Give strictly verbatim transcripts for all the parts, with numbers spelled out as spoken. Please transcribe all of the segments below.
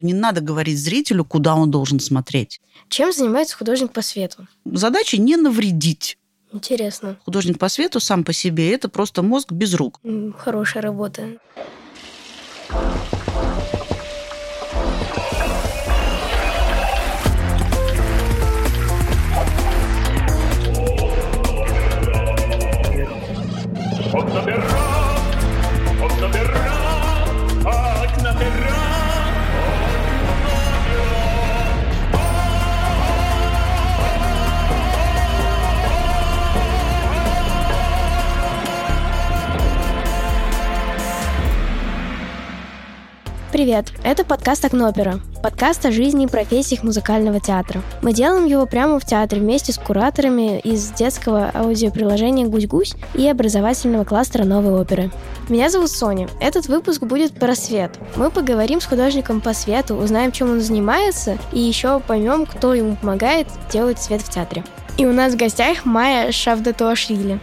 Не надо говорить зрителю, куда он должен смотреть. Чем занимается художник по свету? Задача не навредить. Интересно. Художник по свету сам по себе – это просто мозг без рук. М, Хорошая работа. Окна пера, окна пера, окна пера. Привет, это подкаст «Окнопера», подкаст о жизни и профессиях музыкального театра. Мы делаем его прямо в театре вместе с кураторами из детского аудиоприложения «Гусь-Гусь» и образовательного кластера «Новой оперы». Меня зовут Соня. Этот выпуск будет про свет. Мы поговорим с художником по свету, узнаем, чем он занимается, и еще поймем, кто ему помогает делать свет в театре. И у нас в гостях Майя Шавдатуашвили.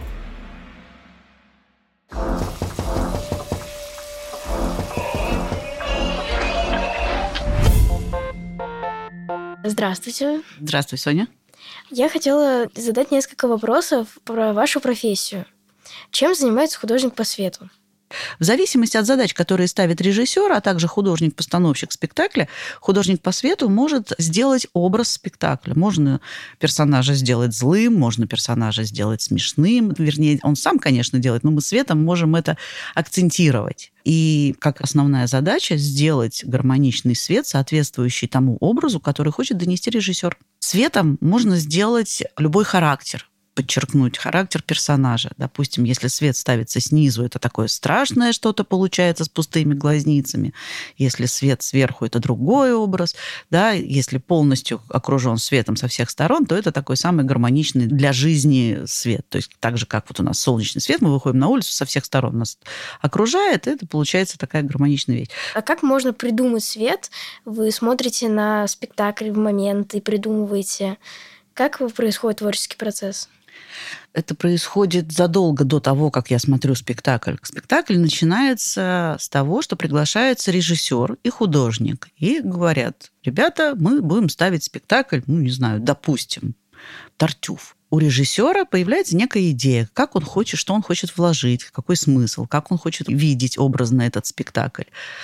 Здравствуйте. Здравствуй, Соня. Я хотела задать несколько вопросов про вашу профессию. Чем занимается художник по свету? В зависимости от задач, которые ставит режиссер, а также художник-постановщик спектакля, художник по свету может сделать образ спектакля. Можно персонажа сделать злым, можно персонажа сделать смешным. Вернее, он сам, конечно, делает, но мы светом можем это акцентировать. И как основная задача сделать гармоничный свет, соответствующий тому образу, который хочет донести режиссер. Светом можно сделать любой характер, подчеркнуть характер персонажа. Допустим, если свет ставится снизу, это такое страшное что-то получается с пустыми глазницами. Если свет сверху, это другой образ. Да? Если полностью окружен светом со всех сторон, то это такой самый гармоничный для жизни свет. То есть так же, как вот у нас солнечный свет, мы выходим на улицу, со всех сторон нас окружает, и это получается такая гармоничная вещь. А как можно придумать свет? Вы смотрите на спектакль в момент и придумываете. Как происходит творческий процесс? Это происходит задолго до того, как я смотрю спектакль. Спектакль начинается с того, что приглашается режиссер и художник. И говорят: ребята, мы будем ставить спектакль, ну, не знаю, допустим, «Тартюф». У режиссера появляется некая идея, как он хочет, что он хочет вложить, какой смысл, как он хочет видеть образно этот спектакль.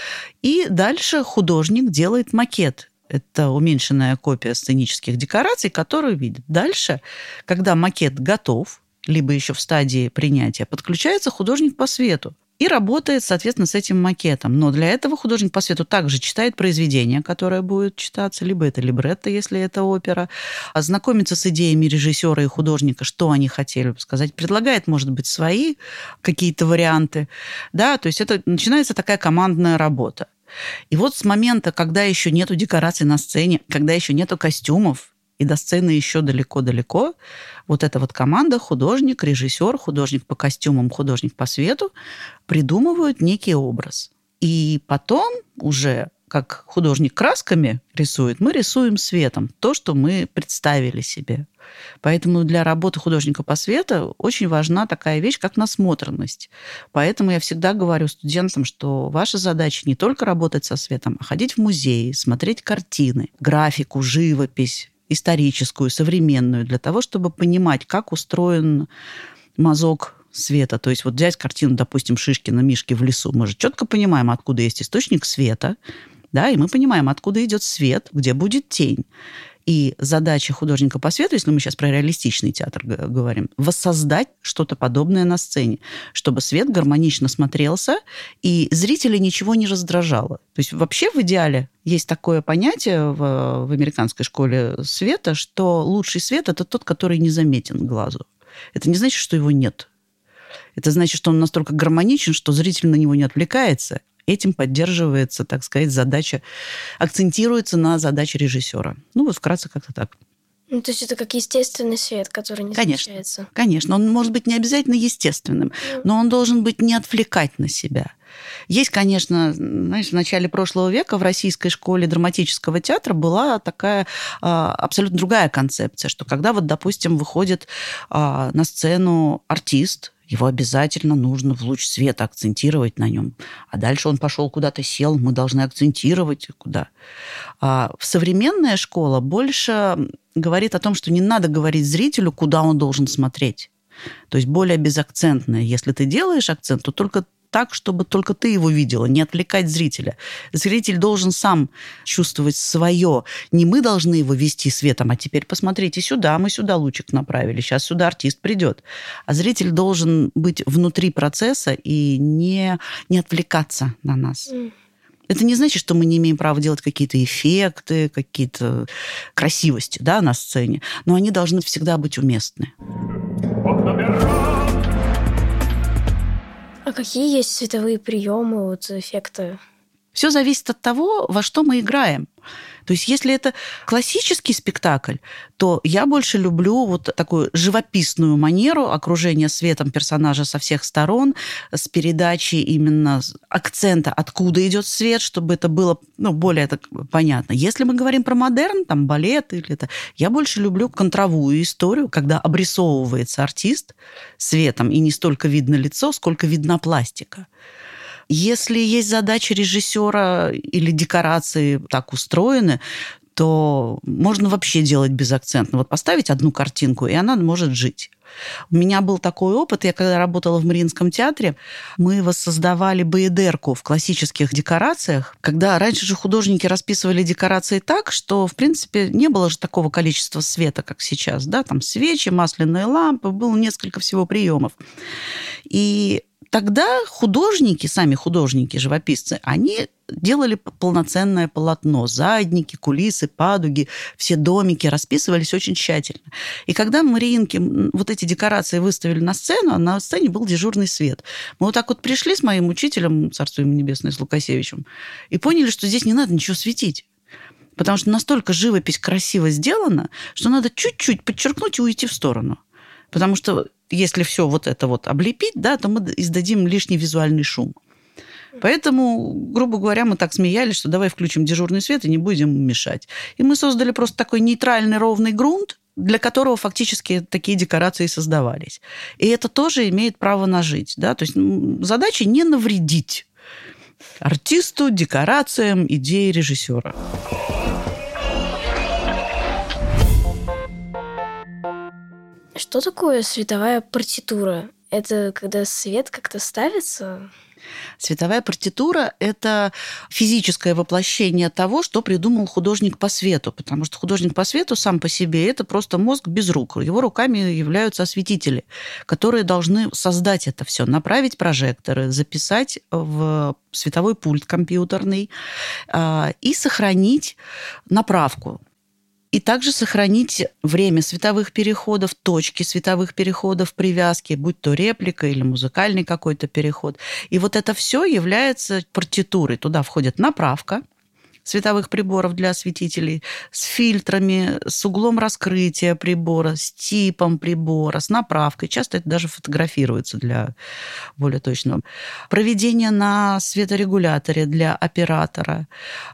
И дальше художник делает макет. Это уменьшенная копия сценических декораций, которую видит. Дальше, когда макет готов, либо еще в стадии принятия, подключается художник по свету и работает, соответственно, с этим макетом. Но для этого художник по свету также читает произведение, которое будет читаться, либо это либретто, если это опера, знакомится с идеями режиссера и художника, что они хотели бы сказать, предлагает, может быть, свои какие-то варианты. Да, то есть это начинается такая командная работа. И вот с момента, когда еще нету декораций на сцене, когда еще нету костюмов, и до сцены еще далеко-далеко, вот эта вот команда, художник, режиссер, художник по костюмам, художник по свету, придумывают некий образ. И потом уже, как художник красками рисует, мы рисуем светом то, что мы представили себе. Поэтому для работы художника по свету очень важна такая вещь, как насмотренность. Поэтому я всегда говорю студентам, что ваша задача не только работать со светом, а ходить в музеи, смотреть картины, графику, живопись, историческую, современную, для того, чтобы понимать, как устроен мазок света. То есть вот взять картину, допустим, Шишкина «Мишки в лесу». Мы же четко понимаем, откуда есть источник света, да, и мы понимаем, откуда идет свет, где будет тень. И задача художника по свету, если мы сейчас про реалистичный театр говорим, воссоздать что-то подобное на сцене, чтобы свет гармонично смотрелся, и зрителя ничего не раздражало. То есть вообще в идеале есть такое понятие в, в американской школе света, что лучший свет – это тот, который незаметен глазу. Это не значит, что его нет. Это значит, что он настолько гармоничен, что зритель на него не отвлекается. Этим поддерживается, так сказать, задача, акцентируется на задаче режиссера. Ну, вот вкратце как-то так. Ну, то есть это как естественный свет, который не конечно, замечается. Конечно, он может быть не обязательно естественным, mm. но он должен быть не отвлекать на себя. Есть, конечно, знаешь, в начале прошлого века в российской школе драматического театра была такая а, абсолютно другая концепция, что когда вот, допустим, выходит а, на сцену артист, его обязательно нужно в луч света акцентировать на нем. А дальше он пошел куда-то, сел, мы должны акцентировать куда. А современная школа больше говорит о том, что не надо говорить зрителю, куда он должен смотреть. То есть более безакцентная. Если ты делаешь акцент, то только так, чтобы только ты его видела, не отвлекать зрителя. Зритель должен сам чувствовать свое. Не мы должны его вести светом, а теперь посмотрите сюда, мы сюда лучик направили, сейчас сюда артист придет. А зритель должен быть внутри процесса и не, не отвлекаться на нас. Mm. Это не значит, что мы не имеем права делать какие-то эффекты, какие-то красивости, да, на сцене, но они должны всегда быть уместны. А какие есть световые приемы, вот, эффекты? Все зависит от того, во что мы играем. То есть если это классический спектакль, то я больше люблю вот такую живописную манеру окружения светом персонажа со всех сторон, с передачей именно акцента, откуда идет свет, чтобы это было, ну, более так понятно. Если мы говорим про модерн, там, балет или это, я больше люблю контровую историю, когда обрисовывается артист светом, и не столько видно лицо, сколько видна пластика. Если есть задача режиссера или декорации так устроены, то можно вообще делать безакцентно. Вот поставить одну картинку, и она может жить. У меня был такой опыт. Я когда работала в Мариинском театре, мы воссоздавали баядерку в классических декорациях, когда раньше же художники расписывали декорации так, что, в принципе, не было же такого количества света, как сейчас. Да? Там свечи, масляные лампы, было несколько всего приемов. И тогда художники, сами художники, живописцы, они делали полноценное полотно. Задники, кулисы, падуги, все домики расписывались очень тщательно. И когда в Мариинке вот эти декорации выставили на сцену, а на сцене был дежурный свет. Мы вот так вот пришли с моим учителем, царство ему небесное, с Лукасевичем, и поняли, что здесь не надо ничего светить. Потому что настолько живопись красиво сделана, что надо чуть-чуть подчеркнуть и уйти в сторону. Потому что если все вот это вот облепить, да, то мы издадим лишний визуальный шум. Поэтому, грубо говоря, мы так смеялись, что давай включим дежурный свет и не будем мешать. И мы создали просто такой нейтральный ровный грунт, для которого фактически такие декорации создавались. И это тоже имеет право на жить. Да? То есть задача не навредить артисту, декорациям, идее режиссера. Что такое световая партитура? Это когда свет как-то ставится? Световая партитура – это физическое воплощение того, что придумал художник по свету. Потому что художник по свету сам по себе – это просто мозг без рук. Его руками являются осветители, которые должны создать это все, направить прожекторы, записать в световой пульт компьютерный и сохранить направку. И также сохранить время световых переходов, точки световых переходов, привязки, будь то реплика или музыкальный какой-то переход. И вот это все является партитурой. Туда входит направка световых приборов для осветителей, с фильтрами, с углом раскрытия прибора, с типом прибора, с направкой. Часто это даже фотографируется для более точного. Проведение на светорегуляторе для оператора.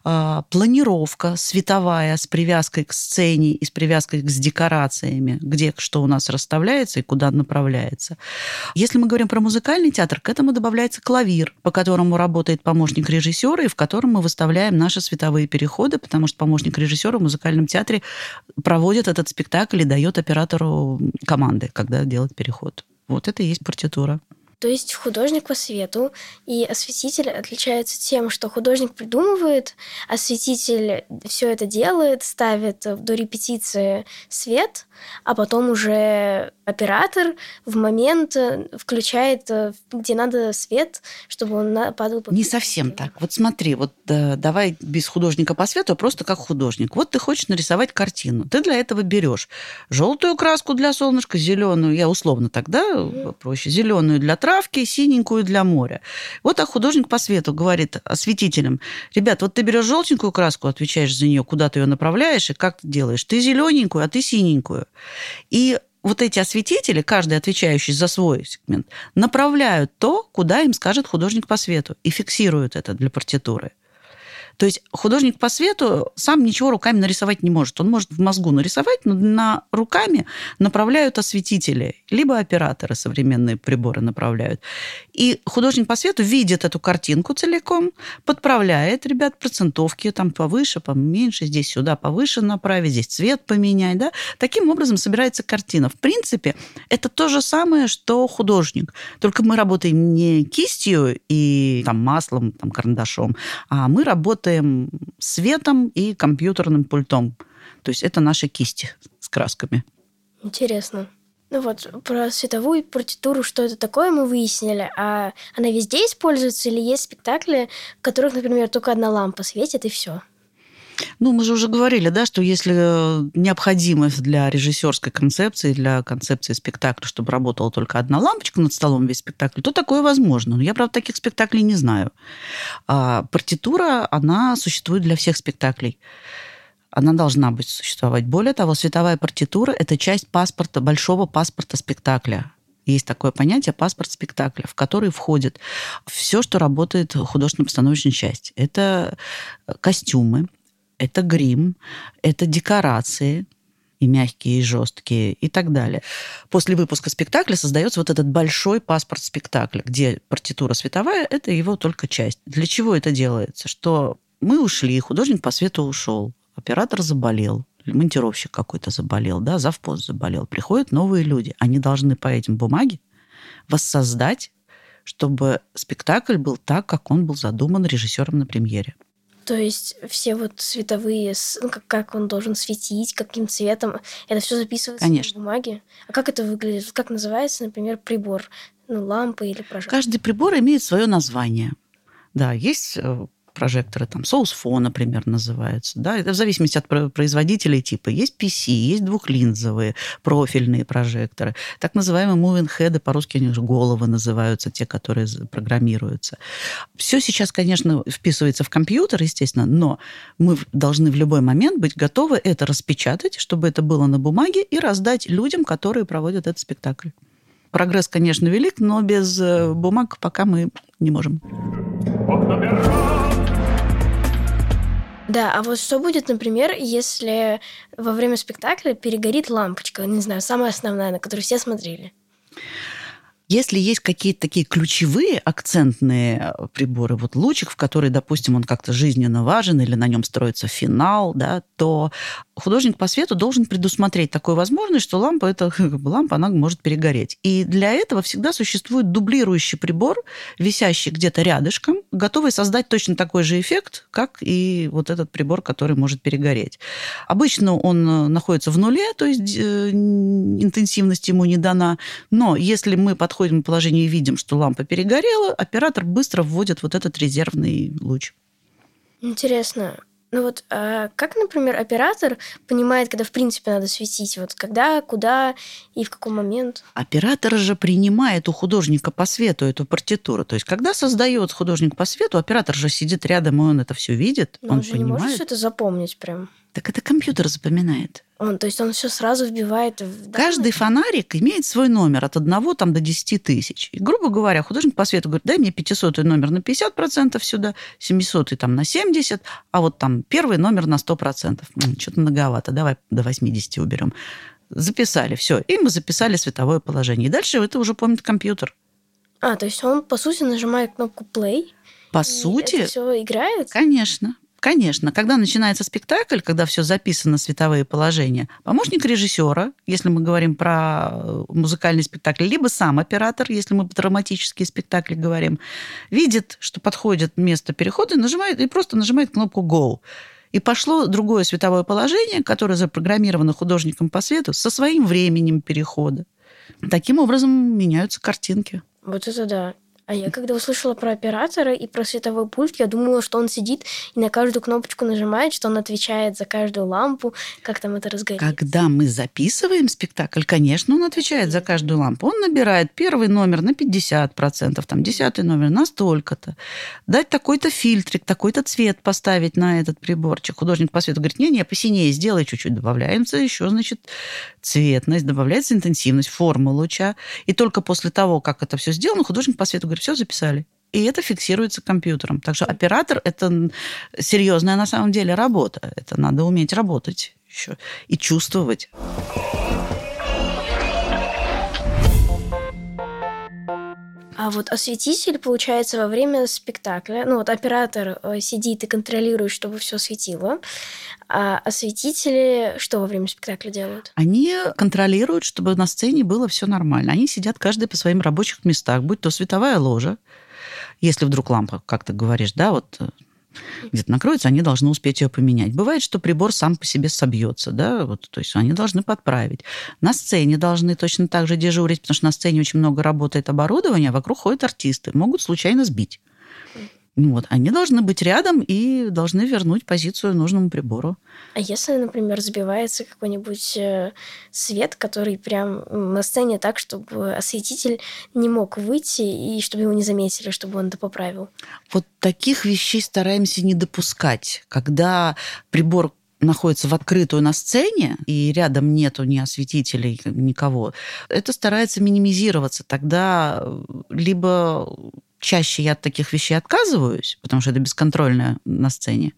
Планировка световая с привязкой к сцене и с привязкой с декорациями, где что у нас расставляется и куда направляется. Если мы говорим про музыкальный театр, к этому добавляется клавир, по которому работает помощник режиссера и в котором мы выставляем наши световые переходы, потому что помощник режиссера в музыкальном театре проводит этот спектакль и дает оператору команды, когда делать переход. Вот это и есть партитура. То есть художник по свету и осветитель отличаются тем, что художник придумывает, осветитель все это делает, ставит до репетиции свет, а потом уже оператор в момент включает, где надо свет, чтобы он падал. Не совсем так. Вот смотри, вот да, давай без художника по свету, а просто как художник. Вот ты хочешь нарисовать картину. Ты для этого берешь желтую краску для солнышка, зеленую, я условно тогда mm. проще, зеленую для травки, синенькую для моря. Вот а художник по свету говорит осветителям: ребят, вот ты берешь желтенькую краску, отвечаешь за нее, куда ты ее направляешь и как ты делаешь. Ты зелененькую, а ты синенькую. И вот эти осветители, каждый отвечающий за свой сегмент, направляют то, куда им скажет художник по свету, и фиксируют это для партитуры. То есть художник по свету сам ничего руками нарисовать не может. Он может в мозгу нарисовать, но на руками направляют осветители, либо операторы современные приборы направляют. И художник по свету видит эту картинку целиком, подправляет, ребят, процентовки там повыше, поменьше, здесь сюда повыше направить, здесь цвет поменять. Да? Таким образом собирается картина. В принципе, это то же самое, что художник. Только мы работаем не кистью и там, маслом, там, карандашом, а мы работаем светом и компьютерным пультом. То есть это наши кисти с красками. Интересно. Ну вот, про световую партитуру, что это такое, мы выяснили. А она везде используется или есть спектакли, в которых, например, только одна лампа светит, и все? Ну, мы же уже говорили, да, что если необходимость для режиссерской концепции, для концепции спектакля, чтобы работала только одна лампочка над столом весь спектакль, то такое возможно. Но я, правда, таких спектаклей не знаю. А партитура, она существует для всех спектаклей. Она должна быть существовать. Более того, световая партитура – это часть паспорта, большого паспорта спектакля. Есть такое понятие «паспорт спектакля», в который входит все, что работает в художественно-постановочной части. Это костюмы, это грим, это декорации, и мягкие, и жесткие, и так далее. После выпуска спектакля создается вот этот большой паспорт спектакля, где партитура световая – это его только часть. Для чего это делается? Что мы ушли, художник по свету ушел, оператор заболел, монтировщик какой-то заболел, да, завпост заболел. Приходят новые люди. Они должны по этим бумаге воссоздать, чтобы спектакль был так, как он был задуман режиссером на премьере. То есть все вот световые, ну, как, как он должен светить, каким цветом, это все записывается Конечно. на бумаге? А как это выглядит? Как называется, например, прибор? Ну, лампа или прожектор? Каждый прибор имеет свое название. Да, есть прожекторы, там, соус-фо, например, называются. Да, это в зависимости от производителей типа. Есть пи си, есть двухлинзовые, профильные прожекторы. Так называемые moving head, по-русски они же головы называются, те, которые программируются. Все сейчас, конечно, вписывается в компьютер, естественно, но мы должны в любой момент быть готовы это распечатать, чтобы это было на бумаге, и раздать людям, которые проводят этот спектакль. Прогресс, конечно, велик, но без бумаг пока мы не можем. Да, а вот что будет, например, если во время спектакля перегорит лампочка, не знаю, самая основная, на которую все смотрели? Если есть какие-то такие ключевые акцентные приборы, вот лучик, в который, допустим, он как-то жизненно важен или на нем строится финал, да, то художник по свету должен предусмотреть такую возможность, что лампа, это, лампа, она может перегореть. И для этого всегда существует дублирующий прибор, висящий где-то рядышком, готовый создать точно такой же эффект, как и вот этот прибор, который может перегореть. Обычно он находится в нуле, то есть интенсивность ему не дана, но если мы подходим в положение и видим, что лампа перегорела, оператор быстро вводит вот этот резервный луч. Интересно. Ну вот, а как, например, оператор понимает, когда в принципе надо светить? Вот когда, куда и в какой момент? Оператор же принимает у художника по свету эту партитуру. То есть, когда создает художник по свету, оператор же сидит рядом, и он это все видит. Но он, он же понимает. Не может все это запомнить прям. Так это компьютер запоминает. Он, то есть он все сразу вбивает в... Каждый фонарик имеет свой номер от одного там, до десяти тысяч. И, грубо говоря, художник по свету говорит, дай мне пятисотый номер на пятьдесят процентов сюда, семисотый там на семьдесят процентов, а вот там первый номер на сто процентов. М, что-то многовато, давай до восьмидесяти уберем. Записали, все. И мы записали световое положение. И дальше это уже помнит компьютер. А, то есть он, по сути, нажимает кнопку play. По и сути... это все играет? Конечно. Конечно, когда начинается спектакль, когда все записано, световые положения, помощник режиссера, если мы говорим про музыкальный спектакль, либо сам оператор, если мы про драматические спектакли говорим, видит, что подходит место перехода, и нажимает, и просто нажимает кнопку «Go». И пошло другое световое положение, которое запрограммировано художником по свету со своим временем перехода. Таким образом меняются картинки. Вот это да. А я когда услышала про оператора и про световой пульт, я думала, что он сидит и на каждую кнопочку нажимает, что он отвечает за каждую лампу, как там это разгорится. Когда мы записываем спектакль, конечно, он отвечает за каждую лампу. Он набирает первый номер на пятьдесят процентов, там, десятый номер на столько-то. Дать такой-то фильтрик, такой-то цвет поставить на этот приборчик. Художник по свету говорит, не-не, посинее сделай чуть-чуть. Добавляется еще, значит, цветность, добавляется интенсивность, форма луча. И только после того, как это все сделано, художник по свету говорит, все, записали. и это фиксируется компьютером. Так что оператор – это серьезная на самом деле работа. Это надо уметь работать еще и чувствовать. А вот осветитель, получается, во время спектакля, ну вот оператор сидит и контролирует, чтобы все светило, а осветители что во время спектакля делают? Они контролируют, чтобы на сцене было все нормально. Они сидят каждый по своим рабочим местах, будь то световая ложа, если вдруг лампа, как ты говоришь, да, вот где-то накроется, они должны успеть ее поменять. Бывает, что прибор сам по себе собьется, да, вот, то есть они должны подправить. На сцене должны точно так же дежурить, потому что на сцене очень много работает оборудования, а вокруг ходят артисты, могут случайно сбить. Вот. Они должны быть рядом и должны вернуть позицию нужному прибору. А если, например, сбивается какой-нибудь свет, который прям на сцене так, чтобы осветитель не мог выйти и чтобы его не заметили, чтобы он это поправил? Вот таких вещей стараемся не допускать. Когда прибор находится в открытую на сцене, и рядом нету ни осветителей, никого, это старается минимизироваться. Тогда либо чаще я от таких вещей отказываюсь, потому что это бесконтрольно на сцене,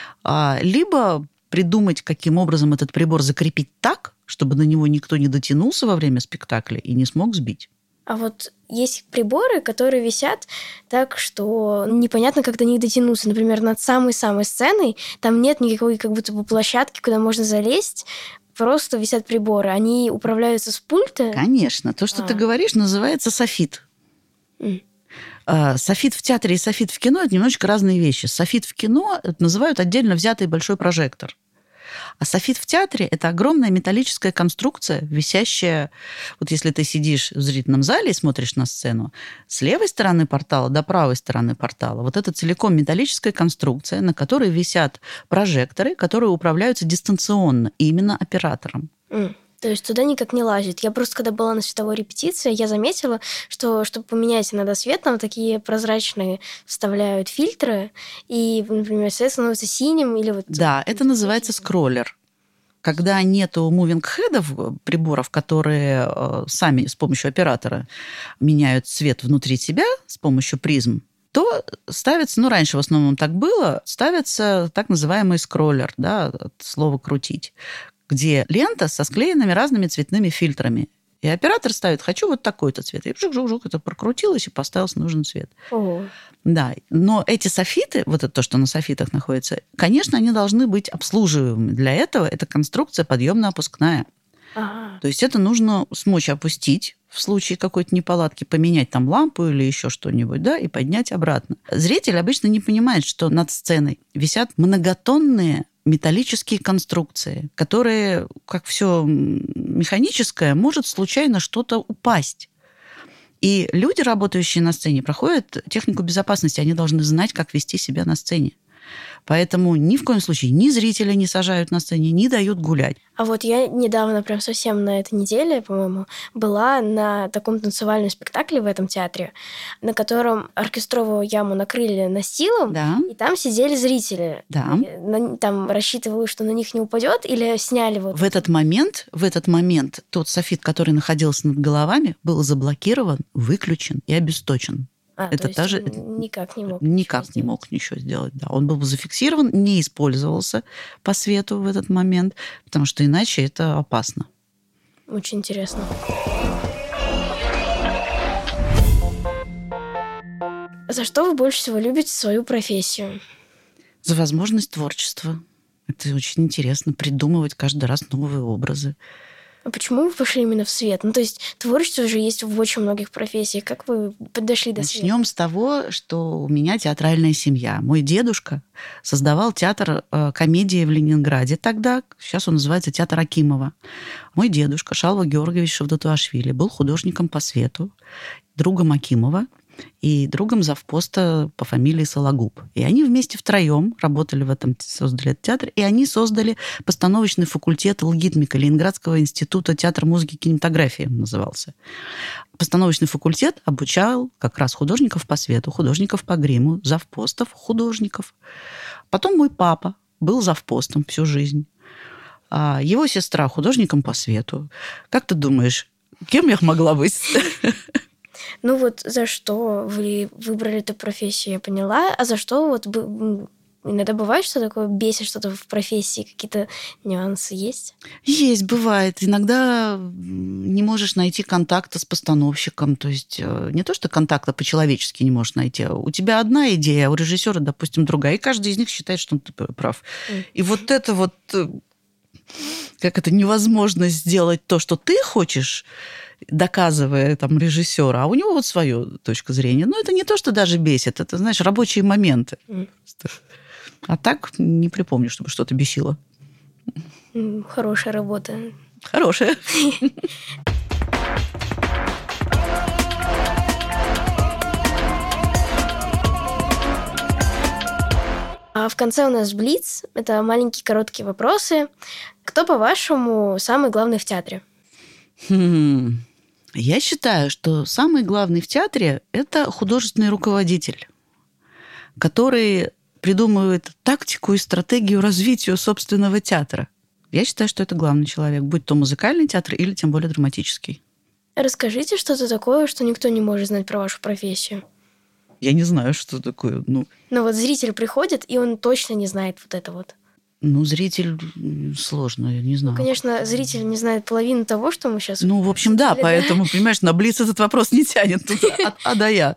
либо придумать, каким образом этот прибор закрепить так, чтобы на него никто не дотянулся во время спектакля и не смог сбить. А вот есть приборы, которые висят так, что непонятно, как до них дотянуться. Например, над самой-самой сценой там нет никакой как будто бы площадки, куда можно залезть, просто висят приборы. Они управляются с пульта? Конечно. То, что а. ты говоришь, называется софит. Mm. Софит в театре и софит в кино – это немножечко разные вещи. Софит в кино называют отдельно взятый большой прожектор. А софит в театре – это огромная металлическая конструкция, висящая… Вот если ты сидишь в зрительном зале и смотришь на сцену, с левой стороны портала до правой стороны портала вот это целиком металлическая конструкция, на которой висят прожекторы, которые управляются дистанционно, именно оператором. Mm. То есть туда никак не лазит. Я просто, когда была на световой репетиции, я заметила, что, чтобы поменять иногда свет, там такие прозрачные вставляют фильтры, и, например, свет становится синим или вот… Да, это называется скроллер. Когда нету мувинг-хедов, приборов, которые э, сами с помощью оператора меняют цвет внутри себя с помощью призм, то ставится, ну, раньше в основном так было, ставится так называемый скроллер, да, от слова «крутить», где лента со склеенными разными цветными фильтрами. И оператор ставит «хочу вот такой-то цвет». И жук-жук-жук, это прокрутилось и поставился нужный цвет. Ого. Да, но эти софиты, вот это то, что на софитах находится, конечно, они должны быть обслуживаемыми. Для этого эта конструкция подъемно-опускная. Ага. То есть это нужно смочь опустить в случае какой-то неполадки, поменять там лампу или еще что-нибудь, да, и поднять обратно. Зритель обычно не понимает, что над сценой висят многотонные металлические конструкции, которые, как все механическое, может случайно что-то упасть. И люди, работающие на сцене, проходят технику безопасности. Они должны знать, как вести себя на сцене. Поэтому ни в коем случае ни зрителя не сажают на сцене, ни дают гулять. А вот я недавно, прям совсем на этой неделе, по-моему, была на таком танцевальном спектакле в этом театре, на котором оркестровую яму накрыли настилом, да. И там сидели зрители. Да. И, там рассчитывали, что на них не упадет, или сняли вот... В этот момент, в этот момент тот софит, который находился над головами, был заблокирован, выключен и обесточен. А, это то та же... никак не мог никак не мог ничего сделать. Да. Он был зафиксирован, не использовался по свету в этот момент, потому что иначе это опасно. Очень интересно. За что вы больше всего любите свою профессию? За возможность творчества. Это очень интересно, придумывать каждый раз новые образы. А почему вы пошли именно в свет? Ну, то есть творчество же есть в очень многих профессиях. Как вы подошли до света? Начнем с того, что у меня театральная семья. Мой дедушка создавал театр э, комедии в Ленинграде тогда. Сейчас он называется Театр Акимова. Мой дедушка Шалва Георгиевич Шавдатуашвили был художником по свету, другом Акимова и другом завпоста по фамилии Сологуб. И они вместе втроем работали в этом, создали этот театр, и они создали постановочный факультет ЛГИТМИКа, Ленинградского института театра, музыки и кинематографии назывался. Постановочный факультет обучал как раз художников по свету, художников по гриму, завпостов, художников. Потом мой папа был завпостом всю жизнь. А его сестра художником по свету. Как ты думаешь, кем я могла быть? Ну вот за что вы выбрали эту профессию, я поняла. А за что вот иногда бывает, что такое бесит, что-то в профессии, какие-то нюансы есть? Есть, бывает. Иногда не можешь найти контакта с постановщиком. То есть не то, что контакта по-человечески не можешь найти. У тебя одна идея, а у режиссера, допустим, другая. И каждый из них считает, что он прав. Mm. И вот это вот, как это, невозможность сделать то, что ты хочешь, доказывая там режиссера, а у него вот свою точку зрения. Но это не то, что даже бесит. Это, знаешь, рабочие моменты. Mm. А так не припомню, чтобы что-то бесило. Хорошая работа. Хорошая. А в конце у нас блиц. Это маленькие короткие вопросы. Кто, по-вашему, самый главный в театре? Хм. Я считаю, что самый главный в театре – это художественный руководитель, который придумывает тактику и стратегию развития собственного театра. Я считаю, что это главный человек, будь то музыкальный театр или тем более драматический. Расскажите что-то такое, что никто не может знать про вашу профессию. Я не знаю, что такое. Ну, ну вот зритель приходит, и он точно не знает вот это вот. Ну, зритель сложно, я не знаю. Ну, конечно, зритель не знает половину того, что мы сейчас... Ну, в общем, да, поэтому, понимаешь, на блиц этот вопрос не тянет от А до Я.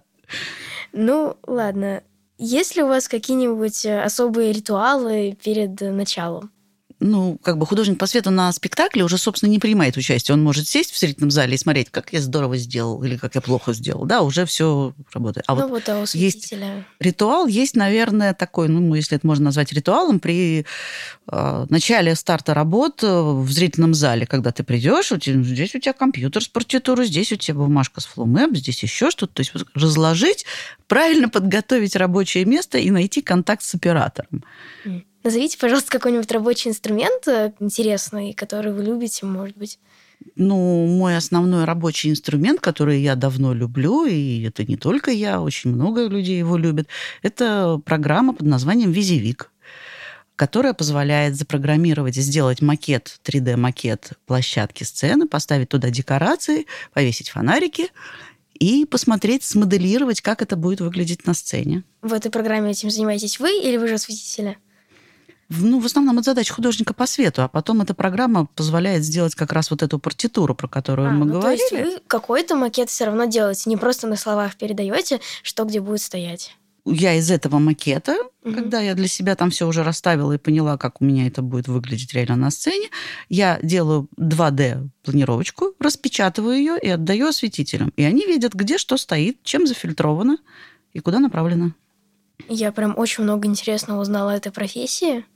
Ну, ладно. Есть ли у вас какие-нибудь особые ритуалы перед началом? Ну, как бы художник по свету на спектакле уже, собственно, не принимает участие. Он может сесть в зрительном зале и смотреть, как я здорово сделал или как я плохо сделал. Да, уже все работает. А ну, вот, вот а у светителя... есть ритуал, есть, наверное, такой, ну, если это можно назвать ритуалом, при э, начале старта работ в зрительном зале, когда ты придешь, у тебя, здесь у тебя компьютер с партитурой, здесь у тебя бумажка с фломэп, здесь еще что-то. То есть вот разложить, правильно подготовить рабочее место и найти контакт с оператором. Mm. Назовите, пожалуйста, какой-нибудь рабочий инструмент интересный, который вы любите, может быть. Ну, мой основной рабочий инструмент, который я давно люблю, и это не только я, очень много людей его любят, это программа под названием «Визивик», которая позволяет запрограммировать и сделать макет, три дэ-макет площадки сцены, поставить туда декорации, повесить фонарики и посмотреть, смоделировать, как это будет выглядеть на сцене. В этой программе этим занимаетесь вы или вы же осветитель? Ну, в основном это задача художника по свету, а потом эта программа позволяет сделать как раз вот эту партитуру, про которую а, мы ну, говорили. То есть вы какой-то макет все равно делаете, не просто на словах передаете, что где будет стоять. Я из этого макета, угу. когда я для себя там все уже расставила и поняла, как у меня это будет выглядеть реально на сцене, я делаю два дэ-планировочку, распечатываю ее и отдаю осветителям. И они видят, где что стоит, чем зафильтровано и куда направлено. Я прям очень много интересного узнала о этой профессии.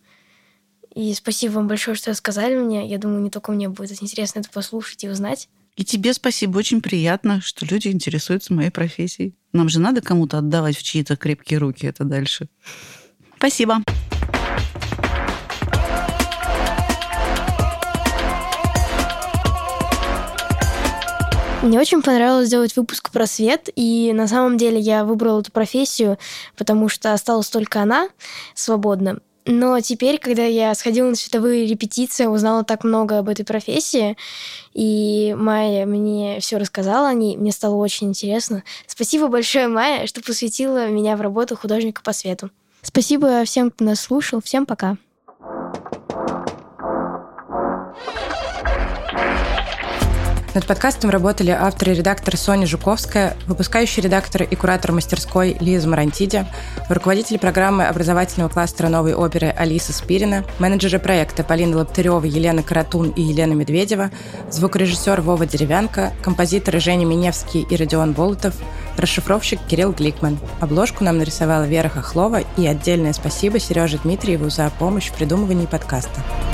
И спасибо вам большое, что рассказали мне. Я думаю, не только мне будет интересно это послушать и узнать. И тебе спасибо. Очень приятно, что люди интересуются моей профессией. Нам же надо кому-то отдавать в чьи-то крепкие руки это дальше. Спасибо. Мне очень понравилось делать выпуск про свет, и на самом деле я выбрала эту профессию, потому что осталась только она свободна. Но теперь, когда я сходила на световые репетиции, узнала так много об этой профессии, и Майя мне все рассказала о ней, мне стало очень интересно. Спасибо большое, Майя, что посвятила меня в работу художника по свету. Спасибо всем, кто нас слушал. Всем пока. Над подкастом работали автор и редактор Соня Жуковская, выпускающий редактор и куратор мастерской Лиза Марантиди, руководитель программы образовательного кластера новой оперы Алиса Спирина, менеджеры проекта Полина Лоптырева, Елена Каратун и Елена Медведева, звукорежиссер Вова Деревянко, композиторы Женя Миневский и Родион Болотов, расшифровщик Кирилл Гликман. Обложку нам нарисовала Вера Хохлова, и отдельное спасибо Сереже Дмитриеву за помощь в придумывании подкаста.